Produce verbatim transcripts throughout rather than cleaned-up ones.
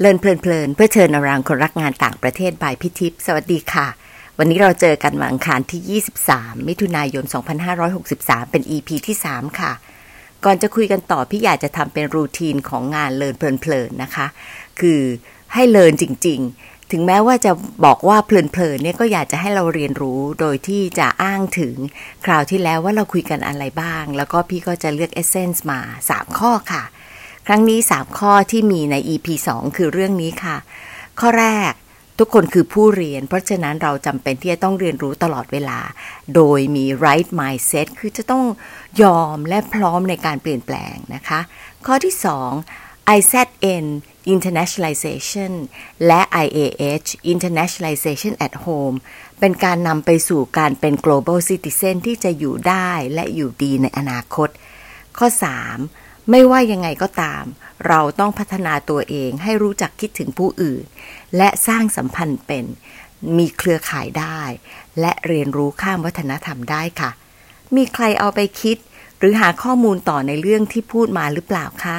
ลินเพลินเพลินเพื่อเชิญอรางคนรักงานต่างประเทศบายพี่ทิพย์สวัสดีค่ะวันนี้เราเจอกันวันอังคารที่ยี่สิบสามมิถุนายนสองพันห้าร้อยหกสิบสามเป็น อี พี ที่สามค่ะก่อนจะคุยกันต่อพี่อยากจะทำเป็นรูทีนของงานเลินเพลินเพลินนะคะคือให้เลินจริงๆถึงแม้ว่าจะบอกว่าเพลินเพลินเนี่ยก็อยากจะให้เราเรียนรู้โดยที่จะอ้างถึงคราวที่แล้วว่าเราคุยกันอะไรบ้างแล้วก็พี่ก็จะเลือกเอเซนส์มาสามข้อค่ะครั้งนี้สามข้อที่มีใน อี พี สองคือเรื่องนี้ค่ะข้อแรกทุกคนคือผู้เรียนเพราะฉะนั้นเราจำเป็นที่จะต้องเรียนรู้ตลอดเวลาโดยมี right mindset คือจะต้องยอมและพร้อมในการเปลี่ยนแปลงนะคะข้อที่สอง ไอ แซด เอ็น Internationalization และ ไอ เอ เอช Internationalization at Home เป็นการนำไปสู่การเป็น global citizen ที่จะอยู่ได้และอยู่ดีในอนาคตข้อสามไม่ว่ายังไงก็ตามเราต้องพัฒนาตัวเองให้รู้จักคิดถึงผู้อื่นและสร้างสัมพันธ์เป็นมีเครือข่ายได้และเรียนรู้ข้ามวัฒนธรรมได้ค่ะมีใครเอาไปคิดหรือหาข้อมูลต่อในเรื่องที่พูดมาหรือเปล่าคะ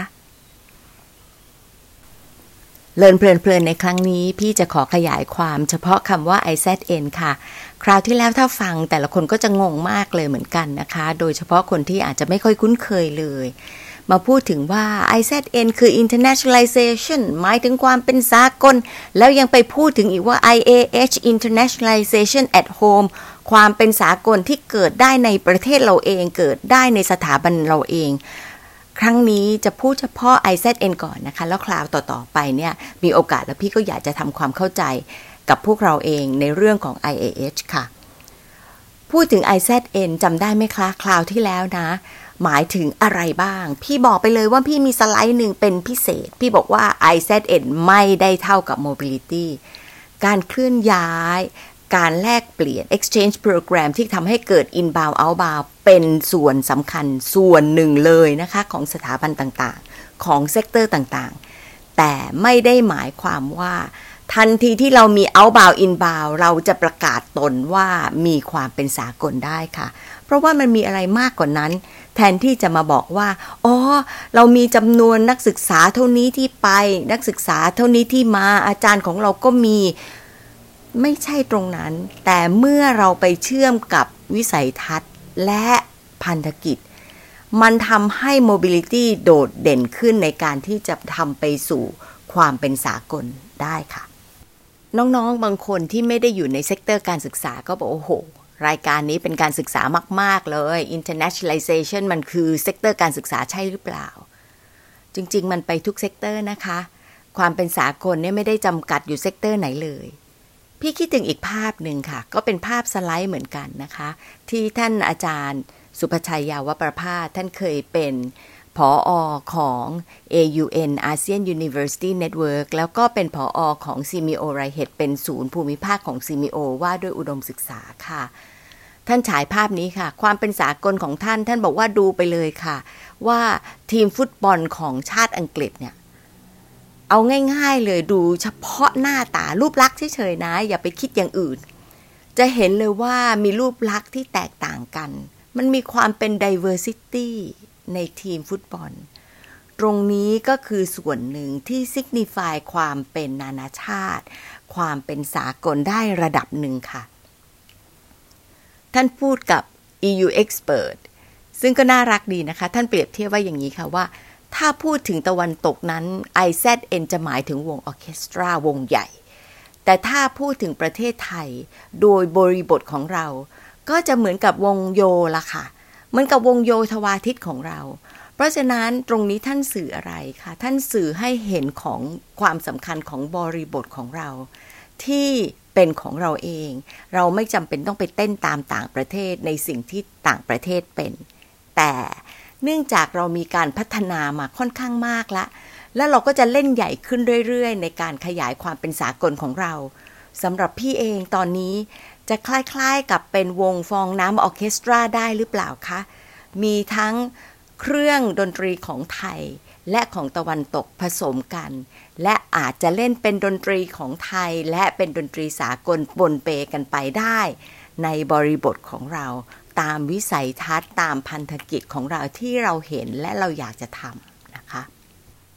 เลินเพลินๆในครั้งนี้พี่จะขอขยายความเฉพาะคำว่า ไอ แซด เอ็น ค่ะคราวที่แล้วถ้าฟังแต่ละคนก็จะงงมากเลยเหมือนกันนะคะโดยเฉพาะคนที่อาจจะไม่ค่อยคุ้นเคยเลยมาพูดถึงว่า ไอ แซด เอ็น คือ Internationalization หมายถึงความเป็นสากลแล้วยังไปพูดถึงอีกว่า ไอ เอ เอช Internationalization at Home ความเป็นสากลที่เกิดได้ในประเทศเราเองเกิดได้ในสถาบันเราเองครั้งนี้จะพูดเฉพาะ ไอ แซด เอ็น ก่อนนะคะแล้วคราวต่อๆไปเนี่ยมีโอกาสแล้วพี่ก็อยากจะทำความเข้าใจกับพวกเราเองในเรื่องของ ไอ เอ เอช ค่ะพูดถึง ไอ แซด เอ็น จำได้ไหมคะคราวที่แล้วนะหมายถึงอะไรบ้างพี่บอกไปเลยว่าพี่มีสไลด์หนึ่งเป็นพิเศษพี่บอกว่า ไอ แซด เอ็น ไม่ได้เท่ากับ mobility การเคลื่อนย้ายการแลกเปลี่ยน exchange program ที่ทำให้เกิด inbound outbound เป็นส่วนสำคัญส่วนหนึ่งเลยนะคะของสถาบันต่างๆของเซกเตอร์ต่างๆแต่ไม่ได้หมายความว่าทันทีที่เรามี outbound inbound เราจะประกาศตนว่ามีความเป็นสากลได้ค่ะเพราะว่ามันมีอะไรมากกว่านั้นแทนที่จะมาบอกว่าอ๋อเรามีจำนวนนักศึกษาเท่านี้ที่ไปนักศึกษาเท่านี้ที่มาอาจารย์ของเราก็มีไม่ใช่ตรงนั้นแต่เมื่อเราไปเชื่อมกับวิสัยทัศน์และพันธกิจมันทำให้ mobility โดดเด่นขึ้นในการที่จะทำไปสู่ความเป็นสากลได้ค่ะน้องๆบางคนที่ไม่ได้อยู่ในเซกเตอร์การศึกษาก็บอกโอ้โหรายการนี้เป็นการศึกษามากๆเลย Internationalization มันคือเซกเตอร์การศึกษาใช่หรือเปล่าจริงๆมันไปทุกเซกเตอร์นะคะความเป็นสากลเนี่ยไม่ได้จำกัดอยู่เซกเตอร์ไหนเลยพี่คิดถึงอีกภาพหนึ่งค่ะก็เป็นภาพสไลด์เหมือนกันนะคะที่ท่านอาจารย์สุภชัยยาวประภาสท่านเคยเป็นผอ.ของ เอ ยู เอ็น ASEAN University Network แล้วก็เป็นผอ.ของ ซี เอ็ม โอ ไรเฮดเป็นศูนย์ภูมิภาคของ ซี เอ็ม โอ ว่าด้วยอุดมศึกษาค่ะท่านฉายภาพนี้ค่ะความเป็นสากลของท่านท่านบอกว่าดูไปเลยค่ะว่าทีมฟุตบอลของชาติอังกฤษเนี่ยเอาง่ายๆเลยดูเฉพาะหน้าตารูปลักษณ์เฉยๆนะอย่าไปคิดอย่างอื่นจะเห็นเลยว่ามีรูปลักษณ์ที่แตกต่างกันมันมีความเป็น diversity ในทีมฟุตบอลตรงนี้ก็คือส่วนหนึ่งที่ signify ความเป็นนานาชาติความเป็นสากลได้ระดับหนึ่งค่ะท่านพูดกับ อี ยู Expert ซึ่งก็น่ารักดีนะคะท่านเปรียบเทียบว่าอย่างนี้ค่ะว่าถ้าพูดถึงตะวันตกนั้น ไอ แซด เอ็น จะหมายถึงวงออร์เคสตราวงใหญ่แต่ถ้าพูดถึงประเทศไทยโดยบริบทของเราก็จะเหมือนกับวงโยละค่ะเหมือนกับวงโยธวาทิตของเราเพราะฉะนั้นตรงนี้ท่านสื่ออะไรคะท่านสื่อให้เห็นของความสำคัญของบริบทของเราที่เป็นของเราเองเราไม่จำเป็นต้องไปเต้นตามต่างประเทศในสิ่งที่ต่างประเทศเป็นแต่เนื่องจากเรามีการพัฒนามาค่อนข้างมากละแล้วเราก็จะเล่นใหญ่ขึ้นเรื่อยๆในการขยายความเป็นสากลของเราสำหรับพี่เองตอนนี้จะคล้ายๆกับเป็นวงฟองน้ำออร์เคสตราได้หรือเปล่าคะมีทั้งเครื่องดนตรีของไทยและของตะวันตกผสมกันและอาจจะเล่นเป็นดนตรีของไทยและเป็นดนตรีสากลปนเปกันไปได้ในบริบทของเราตามวิสัยทัศน์ตามพันธกิจของเราที่เราเห็นและเราอยากจะทำนะคะ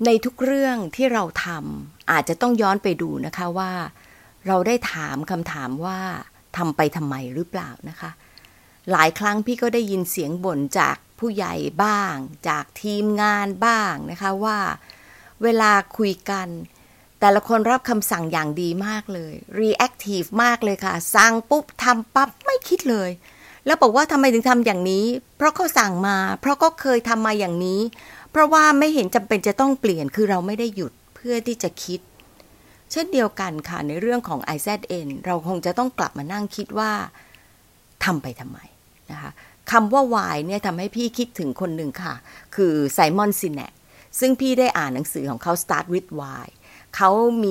ในทุกเรื่องที่เราทำอาจจะต้องย้อนไปดูนะคะว่าเราได้ถามคำถามว่าทำไปทำไมหรือเปล่านะคะหลายครั้งพี่ก็ได้ยินเสียงบ่นจากผู้ใหญ่บ้างจากทีมงานบ้างนะคะว่าเวลาคุยกันแต่ละคนรับคำสั่งอย่างดีมากเลย reactive มากเลยค่ะสั่งปุ๊บทำปั๊บไม่คิดเลยแล้วบอกว่าทำไมถึงทำอย่างนี้เพราะเขาสั่งมาเพราะก็เคยทำมาอย่างนี้เพราะว่าไม่เห็นจำเป็นจะต้องเปลี่ยนคือเราไม่ได้หยุดเพื่อที่จะคิดเช่นเดียวกันค่ะในเรื่องของ ไอ แซด เอ็น เราคงจะต้องกลับมานั่งคิดว่าทำไปทำไมนะคะคำว่า why เนี่ยทำให้พี่คิดถึงคนหนึ่งค่ะคือไซมอนซินแนกซึ่งพี่ได้อ่านหนังสือของเขา Start with Why เขามี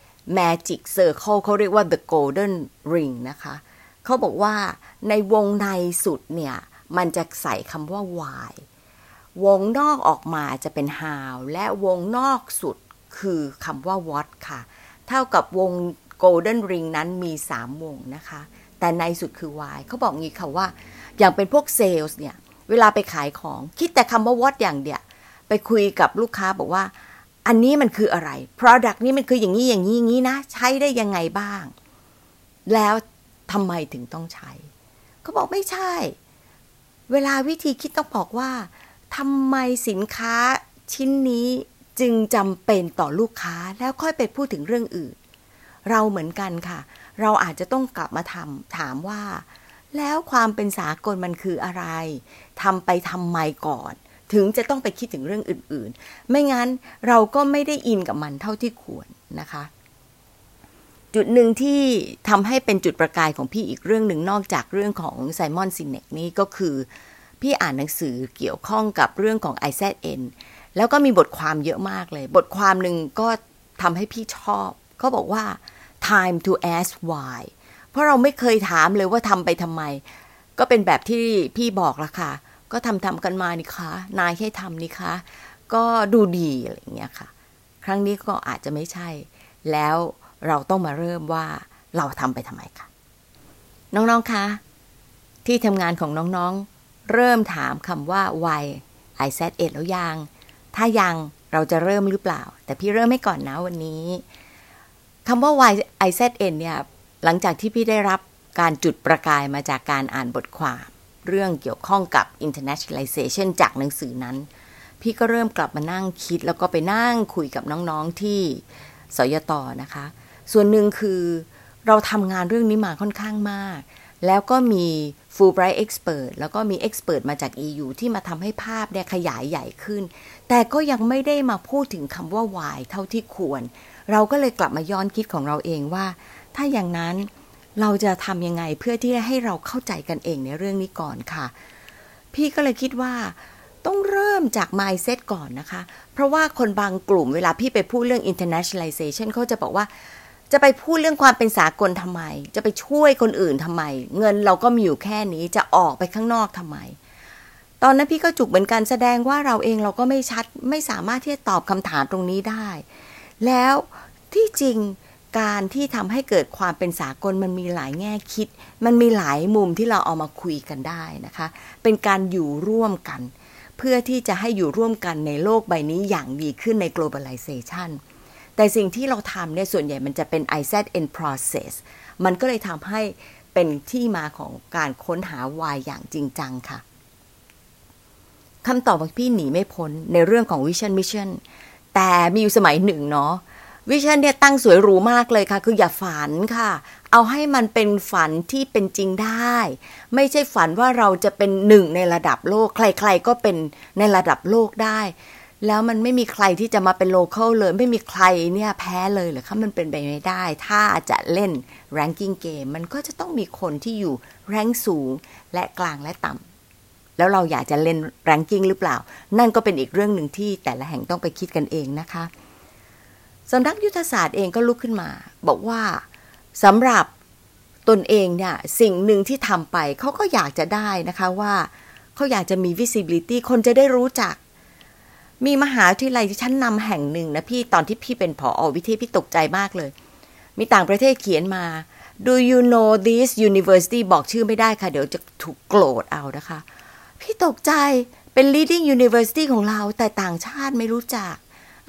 Magic Circle เขาเรียกว่า The Golden Ring นะคะเขาบอกว่าในวงในสุดเนี่ยมันจะใส่คำว่า why วงนอกออกมาจะเป็น how และวงนอกสุดคือคำว่า what ค่ะเท่ากับวง Golden Ring นั้นมีสามวงนะคะแต่ในสุดคือ why เขาบอกงี้ค่ะว่าอย่างเป็นพวกเซลส์เนี่ยเวลาไปขายของคิดแต่คำว่า what อย่างเดียวไปคุยกับลูกค้าบอกว่าอันนี้มันคืออะไร product นี้มันคืออย่างนี้อย่างนี้อย่างนี้นะใช้ได้ยังไงบ้างแล้วทำไมถึงต้องใช้เขาบอกไม่ใช่เวลาวิธีคิดต้องบอกว่าทำไมสินค้าชิ้นนี้จึงจำเป็นต่อลูกค้าแล้วค่อยไปพูดถึงเรื่องอื่นเราเหมือนกันค่ะเราอาจจะต้องกลับมาทำถามว่าแล้วความเป็นสากลมันคืออะไรทำไปทำไมก่อนถึงจะต้องไปคิดถึงเรื่องอื่นๆไม่งั้นเราก็ไม่ได้อินกับมันเท่าที่ควรนะคะจุดหนึ่งที่ทำให้เป็นจุดประกายของพี่อีกเรื่องหนึ่งนอกจากเรื่องของไซมอนซินเนกนี้ก็คือพี่อ่านหนังสือเกี่ยวข้องกับเรื่องของ ไอ แซด เอ็น แล้วก็มีบทความเยอะมากเลยบทความหนึ่งก็ทำให้พี่ชอบเขาบอกว่า time to ask why เพราะเราไม่เคยถามเลยว่าทำไปทำไมก็เป็นแบบที่พี่บอกละค่ะก็ทำทำกันมานี่คะนายให้ทำนี่คะก็ดูดีอะไรอย่างเงี้ยค่ะครั้งนี้ก็อาจจะไม่ใช่แล้วเราต้องมาเริ่มว่าเราทำไปทำไมคะน้องๆคะที่ทำงานของน้องๆเริ่มถามคำว่า why ไอ แซด เอ็น แล้วยังถ้ายังเราจะเริ่มหรือเปล่าแต่พี่เริ่มให้ก่อนนะวันนี้คำว่า why ไอ แซด เอ็น เนี่ยหลังจากที่พี่ได้รับการจุดประกายมาจากการอ่านบทความเรื่องเกี่ยวข้องกับ internationalization จากหนังสือนั้นพี่ก็เริ่มกลับมานั่งคิดแล้วก็ไปนั่งคุยกับน้องๆที่สยต.นะคะส่วนหนึ่งคือเราทำงานเรื่องนี้มาค่อนข้างมากแล้วก็มี Fulbright Expert แล้วก็มี Expert มาจาก อี ยู ที่มาทำให้ภาพเนี่ยขยายใหญ่ขึ้นแต่ก็ยังไม่ได้มาพูดถึงคำว่า why เท่าที่ควรเราก็เลยกลับมาย้อนคิดของเราเองว่าถ้าอย่างนั้นเราจะทำยังไงเพื่อที่จะให้เราเข้าใจกันเองในเรื่องนี้ก่อนค่ะพี่ก็เลยคิดว่าต้องเริ่มจาก mindset ก่อนนะคะเพราะว่าคนบางกลุ่มเวลาพี่ไปพูดเรื่อง internationalization เขาจะบอกว่าจะไปพูดเรื่องความเป็นสากลทำไมจะไปช่วยคนอื่นทำไมเงินเราก็มีอยู่แค่นี้จะออกไปข้างนอกทำไมตอนนั้นพี่ก็จุกเหมือนกันแสดงว่าเราเองเราก็ไม่ชัดไม่สามารถที่จะตอบคำถามตรงนี้ได้แล้วที่จริงการที่ทำให้เกิดความเป็นสากลมันมีหลายแง่คิดมันมีหลายมุมที่เราเอามาคุยกันได้นะคะเป็นการอยู่ร่วมกันเพื่อที่จะให้อยู่ร่วมกันในโลกใบนี้อย่างดีขึ้นใน globalization แต่สิ่งที่เราทำเนี่ยส่วนใหญ่มันจะเป็น ไอ แซด เอ็น process มันก็เลยทำให้เป็นที่มาของการค้นหา why อย่างจริงจังค่ะคำตอบของพี่หนีไม่พ้นในเรื่องของ vision mission แต่มีอยู่สมัยหนึ่งเนาะวิชั่นเนี่ยตั้งสวยหรูมากเลยค่ะคืออย่าฝันค่ะเอาให้มันเป็นฝันที่เป็นจริงได้ไม่ใช่ฝันว่าเราจะเป็นหนึ่งในระดับโลกใครๆก็เป็นในระดับโลกได้แล้วมันไม่มีใครที่จะมาเป็นโลคอลเลยไม่มีใครเนี่ยแพ้เลยเหรอคะมันเป็นไปไม่ได้ถ้าจะเล่น ranking game มันก็จะต้องมีคนที่อยู่แรงสูงและกลางและต่ำแล้วเราอยากจะเล่น ranking หรือเปล่านั่นก็เป็นอีกเรื่องหนึ่งที่แต่ละแห่งต้องไปคิดกันเองนะคะสำนักยุทธศาสตร์เองก็ลุกขึ้นมาบอกว่าสำหรับตนเองเนี่ยสิ่งหนึ่งที่ทำไปเขาก็อยากจะได้นะคะว่าเขาอยากจะมี visibility คนจะได้รู้จักมีมหาวิทยาลัยชั้นนำแห่งหนึ่งนะพี่ตอนที่พี่เป็นผอ.วิทยาพี่ตกใจมากเลยมีต่างประเทศเขียนมา Do you know this university บอกชื่อไม่ได้ค่ะเดี๋ยวจะถูกโกรธเอานะคะพี่ตกใจเป็น leading university ของเราแต่ต่างชาติไม่รู้จัก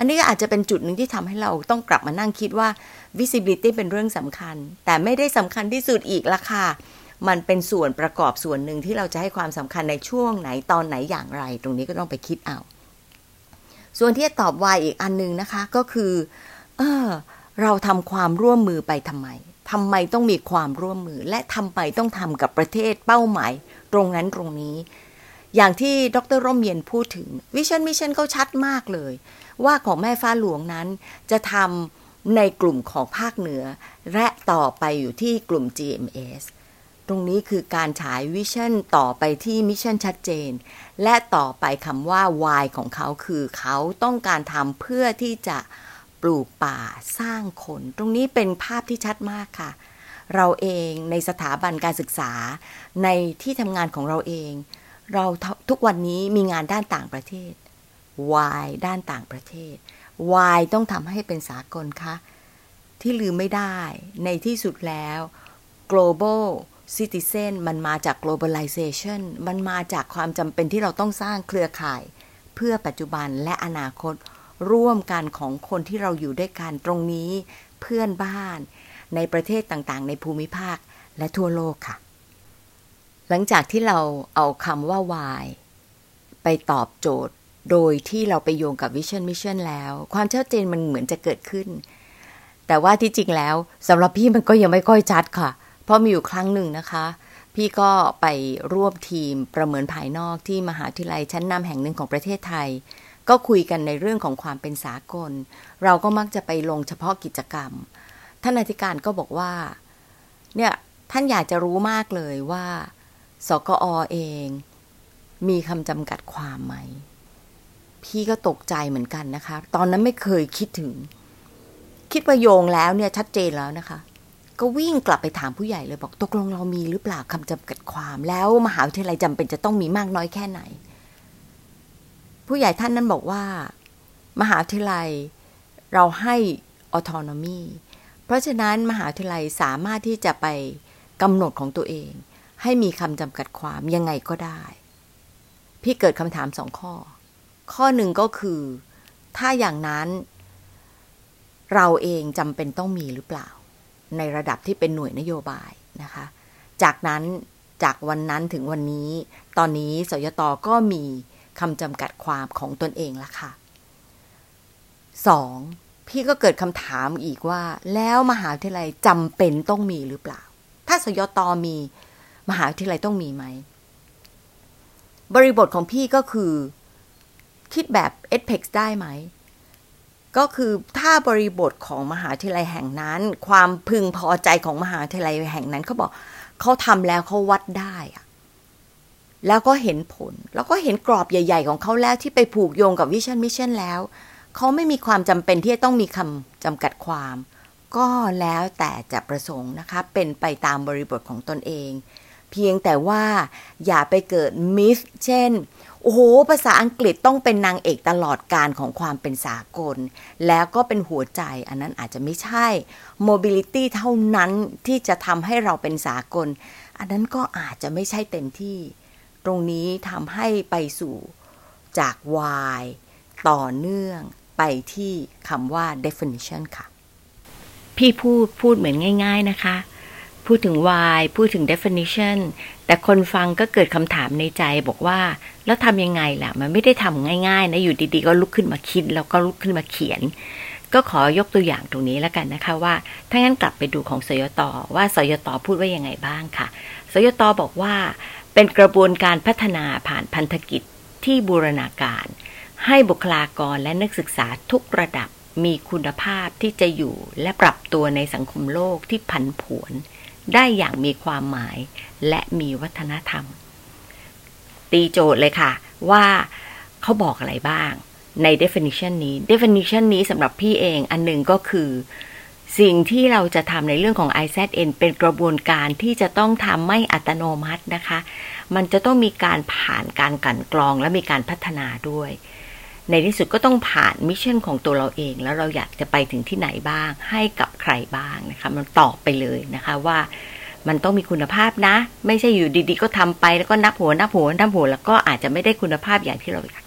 อันนี้ก็อาจจะเป็นจุดหนึ่งที่ทำให้เราต้องกลับมานั่งคิดว่า visibility เป็นเรื่องสำคัญแต่ไม่ได้สำคัญที่สุดอีกละค่ะมันเป็นส่วนประกอบส่วนหนึ่งที่เราจะให้ความสำคัญในช่วงไหนตอนไหนอย่างไรตรงนี้ก็ต้องไปคิดเอาส่วนที่จะตอบ why อีกอันนึงนะคะก็คือเออเราทำความร่วมมือไปทำไมทำไมต้องมีความร่วมมือและทำไมต้องทำกับประเทศเป้าหมายตรงนั้นตรงนี้อย่างที่ดร.ร่มเย็นพูดถึงวิชั่นมิชชั่นเขาชัดมากเลยว่าของแม่ฟ้าหลวงนั้นจะทำในกลุ่มของภาคเหนือและต่อไปอยู่ที่กลุ่ม จี เอ็ม เอส ตรงนี้คือการฉายวิชั่นต่อไปที่มิชชั่นชัดเจนและต่อไปคำว่า why ของเขาคือเขาต้องการทำเพื่อที่จะปลูกป่าสร้างคนตรงนี้เป็นภาพที่ชัดมากค่ะเราเองในสถาบันการศึกษาในที่ทำงานของเราเองเราทุกวันนี้มีงานด้านต่างประเทศ why ด้านต่างประเทศ why ต้องทำให้เป็นสากลค่ะที่ลืมไม่ได้ในที่สุดแล้ว global citizen มันมาจาก globalization มันมาจากความจำเป็นที่เราต้องสร้างเครือข่ายเพื่อปัจจุบันและอนาคตร่วมกันของคนที่เราอยู่ด้วยกันตรงนี้เพื่อนบ้านในประเทศต่างๆในภูมิภาคและทั่วโลกค่ะหลังจากที่เราเอาคำว่า why ไปตอบโจทย์โดยที่เราไปโยงกับ vision mission แล้วความชัดเจนมันเหมือนจะเกิดขึ้นแต่ว่าที่จริงแล้วสำหรับพี่มันก็ยังไม่ค่อยชัดค่ะเพราะมีอยู่ครั้งหนึ่งนะคะพี่ก็ไปร่วมทีมประเมินภายนอกที่มหาวิทยาลัยชั้นนำแห่งหนึ่งของประเทศไทยก็คุยกันในเรื่องของความเป็นสากลเราก็มักจะไปลงเฉพาะกิจกรรมท่านอธิการก็บอกว่าเนี่ยท่านอยากจะรู้มากเลยว่าสกอ.เองมีคำจำกัดความไหมพี่ก็ตกใจเหมือนกันนะคะตอนนั้นไม่เคยคิดถึงคิดว่าโยงแล้วเนี่ยชัดเจนแล้วนะคะก็วิ่งกลับไปถามผู้ใหญ่เลยบอกตกลงเรามีหรือเปล่าคำจำกัดความแล้วมหาวิทยาลัยจำเป็นจะต้องมีมากน้อยแค่ไหนผู้ใหญ่ท่านนั้นบอกว่ามหาวิทยาลัยเราให้ autonomy เพราะฉะนั้นมหาวิทยาลัยสามารถที่จะไปกำหนดของตัวเองให้มีคำจำกัดความยังไงก็ได้พี่เกิดคำถามสองข้อข้อหนึ่งก็คือถ้าอย่างนั้นเราเองจำเป็นต้องมีหรือเปล่าในระดับที่เป็นหน่วยนโยบายนะคะจากนั้นจากวันนั้นถึงวันนี้ตอนนี้สยต.ก็มีคำจำกัดความของตนเองละค่ะสองพี่ก็เกิดคำถามอีกว่าแล้วมหาวิทยาลัยจำเป็นต้องมีหรือเปล่าถ้าสยต.มีมหาวิทยาลัยต้องมีไหมบริบทของพี่ก็คือคิดแบบ เอ พี อี ซี ได้ไหมก็คือถ้าบริบทของมหาวิทยาลัยแห่งนั้นความพึงพอใจของมหาวิทยาลัยแห่งนั้นเขาบอกเขาทำแล้วเขาวัดได้อะแล้วก็เห็นผลแล้วก็เห็นกรอบใหญ่ๆของเขาแล้วที่ไปผูกโยงกับวิชั่นมิชชั่นแล้วเขาไม่มีความจำเป็นที่จะต้องมีคำจำกัดความก็แล้วแต่จะประสงค์นะคะเป็นไปตามบริบทของตนเองเพียงแต่ว่าอย่าไปเกิดมิสเช่นโอ้โหภาษาอังกฤษต้องเป็นนางเอกตลอดการของความเป็นสากลแล้วก็เป็นหัวใจอันนั้นอาจจะไม่ใช่ mobility เท่านั้นที่จะทำให้เราเป็นสากลอันนั้นก็อาจจะไม่ใช่เต็มที่ตรงนี้ทำให้ไปสู่จาก why ต่อเนื่องไปที่คำว่า definition ค่ะพี่พูดพูดเหมือนง่ายๆนะคะพูดถึง why พูดถึง definition แต่คนฟังก็เกิดคำถามในใจบอกว่าแล้วทำยังไงล่ะมันไม่ได้ทำง่ายๆนะอยู่ดีๆก็ลุกขึ้นมาคิดแล้วก็ลุกขึ้นมาเขียนก็ขอยกตัวอย่างตรงนี้แล้วกันนะคะว่าถ้างั้นกลับไปดูของสยต.ว่าสยต.พูดว่ายังไงบ้างค่ะสยต.บอกว่าเป็นกระบวนการพัฒนาผ่านพันธกิจที่บูรณาการให้บุคลากรและนักศึกษาทุกระดับมีคุณภาพที่จะอยู่และปรับตัวในสังคมโลกที่ผันผวนได้อย่างมีความหมายและมีวัฒนธรรมตีโจทย์เลยค่ะว่าเขาบอกอะไรบ้างใน definition นี้ definition นี้สำหรับพี่เองอันหนึ่งก็คือสิ่งที่เราจะทำในเรื่องของ ไอ แซด เอ็น เป็นกระบวนการที่จะต้องทำไม่อัตโนมัตินะคะมันจะต้องมีการผ่านการกลั่นกรองและมีการพัฒนาด้วยในที่สุดก็ต้องผ่านมิชชั่นของตัวเราเองแล้วเราอยากจะไปถึงที่ไหนบ้างให้กับใครบ้างนะคะมันตอบไปเลยนะคะว่ามันต้องมีคุณภาพนะไม่ใช่อยู่ดีๆก็ทำไปแล้วก็นับหัวนับหัวนับหัวแล้วก็อาจจะไม่ได้คุณภาพอย่างที่เราอยาก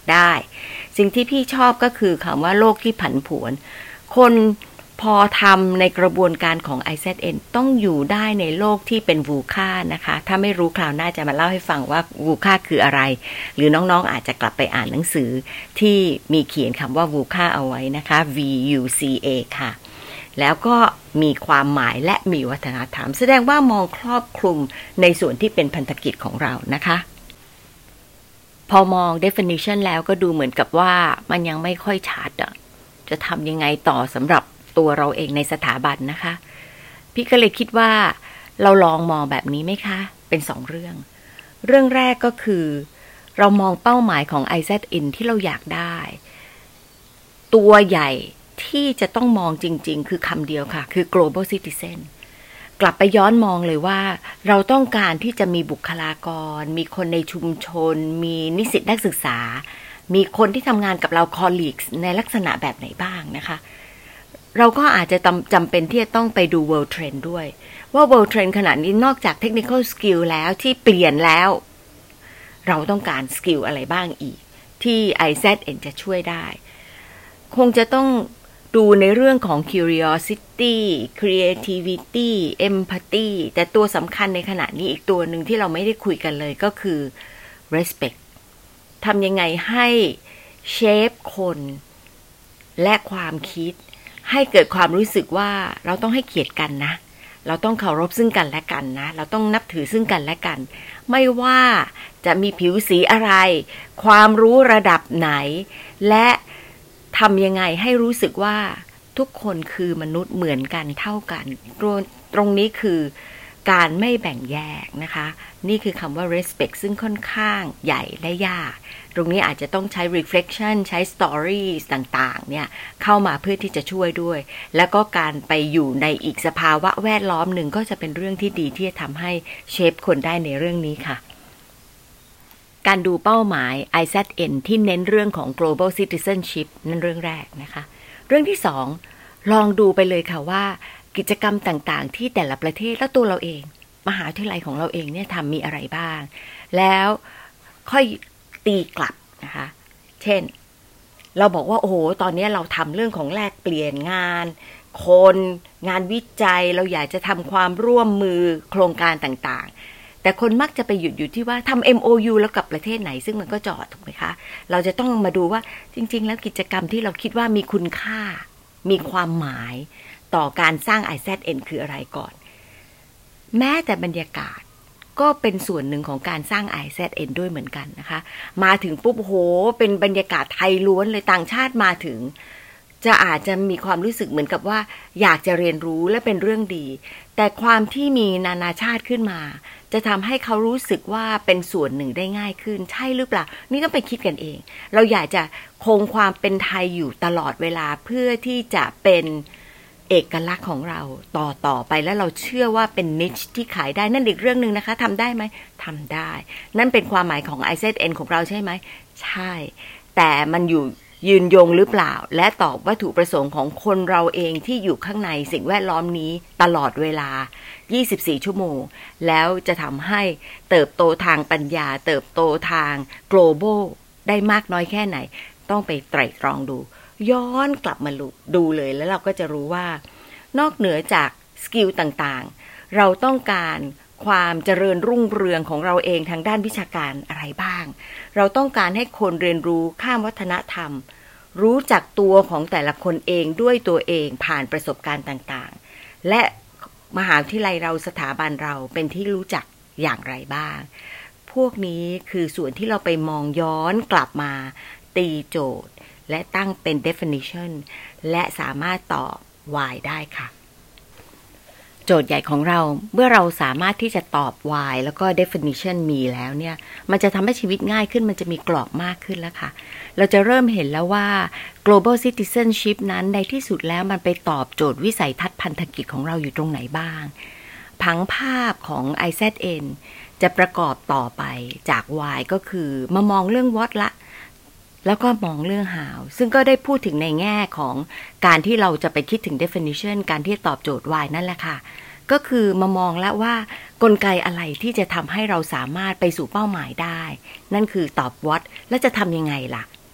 ได้สิ่งที่พี่ชอบก็คือคำว่าโลกที่ผันผวนคนพอทำในกระบวนการของ ไอ แซด เอ็น ต้องอยู่ได้ในโลกที่เป็นวูค่านะคะถ้าไม่รู้คราวหน้าจะมาเล่าให้ฟังว่าวูค่าคืออะไรหรือน้องๆอาจจะกลับไปอ่านหนังสือที่มีเขียนคำว่าวูค่าเอาไว้นะคะ วี ยู ซี เอ ค่ะแล้วก็มีความหมายและมีวัฒนธรรมแสดงว่ามองครอบคลุมในส่วนที่เป็นพันธกิจของเรานะคะพอมอง definition แล้วก็ดูเหมือนกับว่ามันยังไม่ค่อยชัดอ่ะจะทำยังไงต่อสำหรับตัวเราเองในสถาบันนะคะพี่ก็เลยคิดว่าเราลองมองแบบนี้ไหมคะเป็นสองเรื่องเรื่องแรกก็คือเรามองเป้าหมายของ ไอ แซด เอ็น ที่เราอยากได้ตัวใหญ่ที่จะต้องมองจริงๆคือคำเดียวค่ะคือ global citizen กลับไปย้อนมองเลยว่าเราต้องการที่จะมีบุคลากรมีคนในชุมชนมีนิสิตนักศึกษามีคนที่ทำงานกับเรา colleagues ในลักษณะแบบไหนบ้างนะคะเราก็อาจจะจำเป็นที่จะต้องไปดู world trend ด้วยว่า world trend ขณะนี้นอกจาก technical skill แล้วที่เปลี่ยนแล้วเราต้องการ skill อะไรบ้างอีกที่ ไอ แซด เอ็น จะช่วยได้คงจะต้องดูในเรื่องของ curiosity creativity empathy แต่ตัวสำคัญในขณะนี้อีกตัวหนึ่งที่เราไม่ได้คุยกันเลยก็คือ respect ทำยังไงให้เชฟคนและความคิดให้เกิดความรู้สึกว่าเราต้องให้เกียรติกันนะเราต้องเคารพซึ่งกันและกันนะเราต้องนับถือซึ่งกันและกันไม่ว่าจะมีผิวสีอะไรความรู้ระดับไหนและทำยังไงให้รู้สึกว่าทุกคนคือมนุษย์เหมือนกันเท่ากันตรงนี้คือการไม่แบ่งแยกนะคะนี่คือคำว่า respect ซึ่งค่อนข้างใหญ่และยากตรงนี้อาจจะต้องใช้ reflection ใช้ stories ต่างๆเนี่ยเข้ามาเพื่อที่จะช่วยด้วยแล้วก็การไปอยู่ในอีกสภาวะแวดล้อมหนึ่งก็จะเป็นเรื่องที่ดีที่จะทำให้เชฟคนได้ในเรื่องนี้ค่ะการดูเป้าหมาย ไอ แซด เอ็น ที่เน้นเรื่องของ global citizenship นั่นเรื่องแรกนะคะเรื่องที่สองลองดูไปเลยค่ะว่ากิจกรรมต่างๆที่แต่ละประเทศและตัวเราเองมหาวิทยาลัยของเราเองเนี่ยทำมีอะไรบ้างแล้วค่อยตีกลับนะคะเช่นเราบอกว่าโอ้โหตอนนี้เราทำเรื่องของแลกเปลี่ยนงานคนงานวิจัยเราอยากจะทำความร่วมมือโครงการต่างๆแต่คนมักจะไปหยุดอยู่ที่ว่าทำ เอ็ม โอ ยู แล้วกับประเทศไหนซึ่งมันก็จอดถูกไหมคะเราจะต้องมาดูว่าจริงๆแล้วกิจกรรมที่เราคิดว่ามีคุณค่ามีความหมายต่อการสร้าง ไอ แซด เอ็น คืออะไรก่อนแม้แต่บรรยากาศก็เป็นส่วนหนึ่งของการสร้าง ไอ แซด เอ็น ด้วยเหมือนกันนะคะมาถึงปุ๊บโหเป็นบรรยากาศไทยล้วนเลยต่างชาติมาถึงจะอาจจะมีความรู้สึกเหมือนกับว่าอยากจะเรียนรู้และเป็นเรื่องดีแต่ความที่มีนานาชาติขึ้นมาจะทำให้เขารู้สึกว่าเป็นส่วนหนึ่งได้ง่ายขึ้นใช่หรือเปล่านี่ต้องไปคิดกันเองเราอยากจะคงความเป็นไทยอยู่ตลอดเวลาเพื่อที่จะเป็นเอกลักษณ์ของเราต่อต่อไปแล้วเราเชื่อว่าเป็นนิชที่ขายได้นั่นอีกเรื่องนึงนะคะทำได้ไหมทำได้นั่นเป็นความหมายของ ไอ แซด เอ็น ของเราใช่ไหมใช่แต่มันอยู่ยืนยงหรือเปล่าและตอบวัตถุประสงค์ของคนเราเองที่อยู่ข้างในสิ่งแวดล้อมนี้ตลอดเวลายี่สิบสี่ชั่วโมงแล้วจะทำให้เติบโตทางปัญญาเติบโตทาง global ได้มากน้อยแค่ไหนต้องไปไตร่ตรองดูย้อนกลับมาดูเลยแล้วเราก็จะรู้ว่านอกเหนือจากสกิลต่างๆเราต้องการความเจริญรุ่งเรืองของเราเองทางด้านวิชาการอะไรบ้างเราต้องการให้คนเรียนรู้ข้ามวัฒนธรรมรู้จักตัวของแต่ละคนเองด้วยตัวเองผ่านประสบการณ์ต่างๆและมหาวิทยาลัยเราสถาบันเราเป็นที่รู้จักอย่างไรบ้างพวกนี้คือส่วนที่เราไปมองย้อนกลับมาตีโจทย์และตั้งเป็น definition และสามารถตอบ why ได้ค่ะโจทย์ใหญ่ของเราเมื่อเราสามารถที่จะตอบ why แล้วก็ definition มีแล้วเนี่ยมันจะทำให้ชีวิตง่ายขึ้นมันจะมีกรอบมากขึ้นแล้วค่ะเราจะเริ่มเห็นแล้วว่า global citizenship นั้นในที่สุดแล้วมันไปตอบโจทย์วิสัยทัศน์พันธกิจของเราอยู่ตรงไหนบ้างผังภาพของ ไอ แซด เอ็น จะประกอบต่อไปจาก why ก็คือมามองเรื่อง what ละแล้วก็มองเรื่อง how ซึ่งก็ได้พูดถึงในแง่ของการที่เราจะไปคิดถึง definition การที่ตอบโจทย์ why นั่นแหละค่ะก็คือมามองแล้วว่ากลไกอะไรที่จะทำให้เราสามารถไปสู่เป้าหมายได้นั่นคือตอบ what แล้วจะทำยังไงล่ะ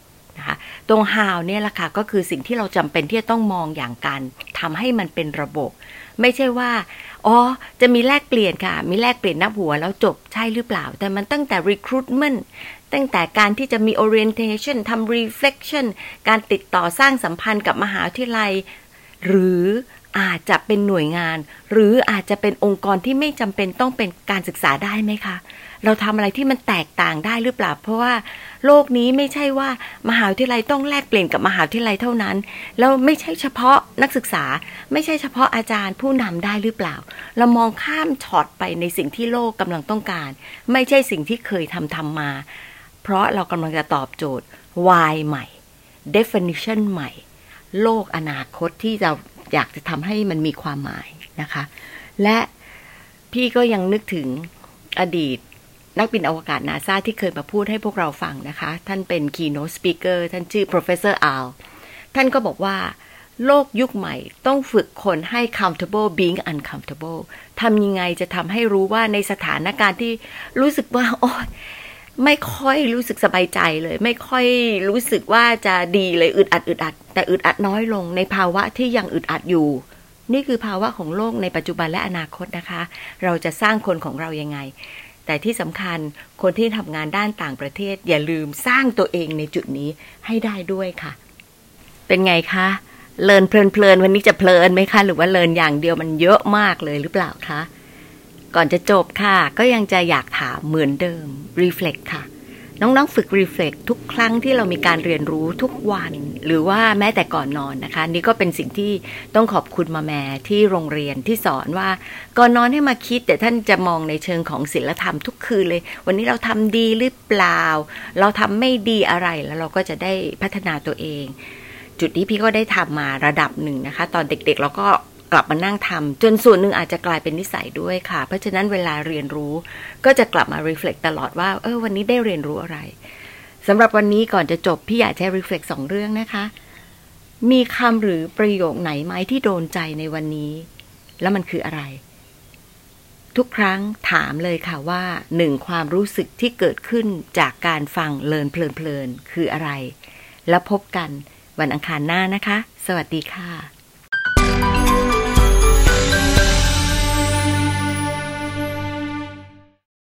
ตรง how เนี่ยแหละค่ะก็คือสิ่งที่เราจำเป็นที่จะต้องมองอย่างกันทำให้มันเป็นระบบไม่ใช่ว่าอ๋อจะมีแลกเปลี่ยนค่ะมีแลกเปลี่ยนนับหัวแล้วจบใช่หรือเปล่าแต่มันตั้งแต่ recruitment ตั้งแต่การที่จะมี orientation ทำ reflection การติดต่อสร้างสัมพันธ์กับมหาวิทยาลัยหรืออาจจะเป็นหน่วยงานหรืออาจจะเป็นองค์กรที่ไม่จำเป็นต้องเป็นการศึกษาได้ไหมคะเราทำอะไรที่มันแตกต่างได้หรือเปล่าเพราะว่าโลกนี้ไม่ใช่ว่ามหาวิทยาลัยต้องแลกเปลี่ยนกับมหาวิทยาลัยเท่านั้นแล้วไม่ใช่เฉพาะนักศึกษาไม่ใช่เฉพาะอาจารย์ผู้นำได้หรือเปล่าเรามองข้ามช็อตไปในสิ่งที่โลกกำลังต้องการไม่ใช่สิ่งที่เคยทำทำมาเพราะเรากำลังจะตอบโจทย์ why ใหม่ definition ใหม่โลกอนาคตที่เราอยากจะทำให้มันมีความหมายนะคะและพี่ก็ยังนึกถึงอดีตนักบินอวกาศ NASA ที่เคยมาพูดให้พวกเราฟังนะคะท่านเป็น keynote speaker ท่านชื่อ professor Al ท่านก็บอกว่าโลกยุคใหม่ต้องฝึกคนให้ comfortable being uncomfortable ทำยังไงจะทำให้รู้ว่าในสถานการณ์ที่รู้สึกว่าโอ๊ยไม่ค่อยรู้สึกสบายใจเลยไม่ค่อยรู้สึกว่าจะดีเลยอึดอัดอึดอัดแต่อึดอัดน้อยลงในภาวะที่ยังอึดอัดอยู่นี่คือภาวะของโลกในปัจจุบันและอนาคตนะคะเราจะสร้างคนของเรายังไงแต่ที่สำคัญคนที่ทำงานด้านต่างประเทศอย่าลืมสร้างตัวเองในจุดนี้ให้ได้ด้วยค่ะเป็นไงคะเลินเพลินๆวันนี้จะเพลินไหมคะหรือว่าเลินอย่างเดียวมันเยอะมากเลยหรือเปล่าคะก่อนจะจบค่ะก็ยังจะอยากถามเหมือนเดิม reflect ค่ะน้องๆฝึก reflect ทุกครั้งที่เรามีการเรียนรู้ทุกวันหรือว่าแม้แต่ก่อนนอนนะคะนี่ก็เป็นสิ่งที่ต้องขอบคุณมาแม่ที่โรงเรียนที่สอนว่าก่อนนอนให้มาคิดแต่ท่านจะมองในเชิงของศีลธรรมทุกคืนเลยวันนี้เราทำดีหรือเปล่าเราทำไม่ดีอะไรแล้วเราก็จะได้พัฒนาตัวเองจุดนี้พี่ก็ได้ทำมาระดับหนึ่งนะคะตอนเด็กๆเราก็กลับมานั่งทำจนส่วนหนึ่งอาจจะกลายเป็นนิสัยด้วยค่ะเพราะฉะนั้นเวลาเรียนรู้ก็จะกลับมา reflect ตลอดว่าเออวันนี้ได้เรียนรู้อะไรสำหรับวันนี้ก่อนจะจบพี่อยากจะ reflect สองเรื่องนะคะมีคำหรือประโยคไหนไหมที่โดนใจในวันนี้แล้วมันคืออะไรทุกครั้งถามเลยค่ะว่าหนึ่งความรู้สึกที่เกิดขึ้นจากการฟังเลินเพลินๆคืออะไรแล้วพบกันวันอังคารหน้านะคะสวัสดีค่ะ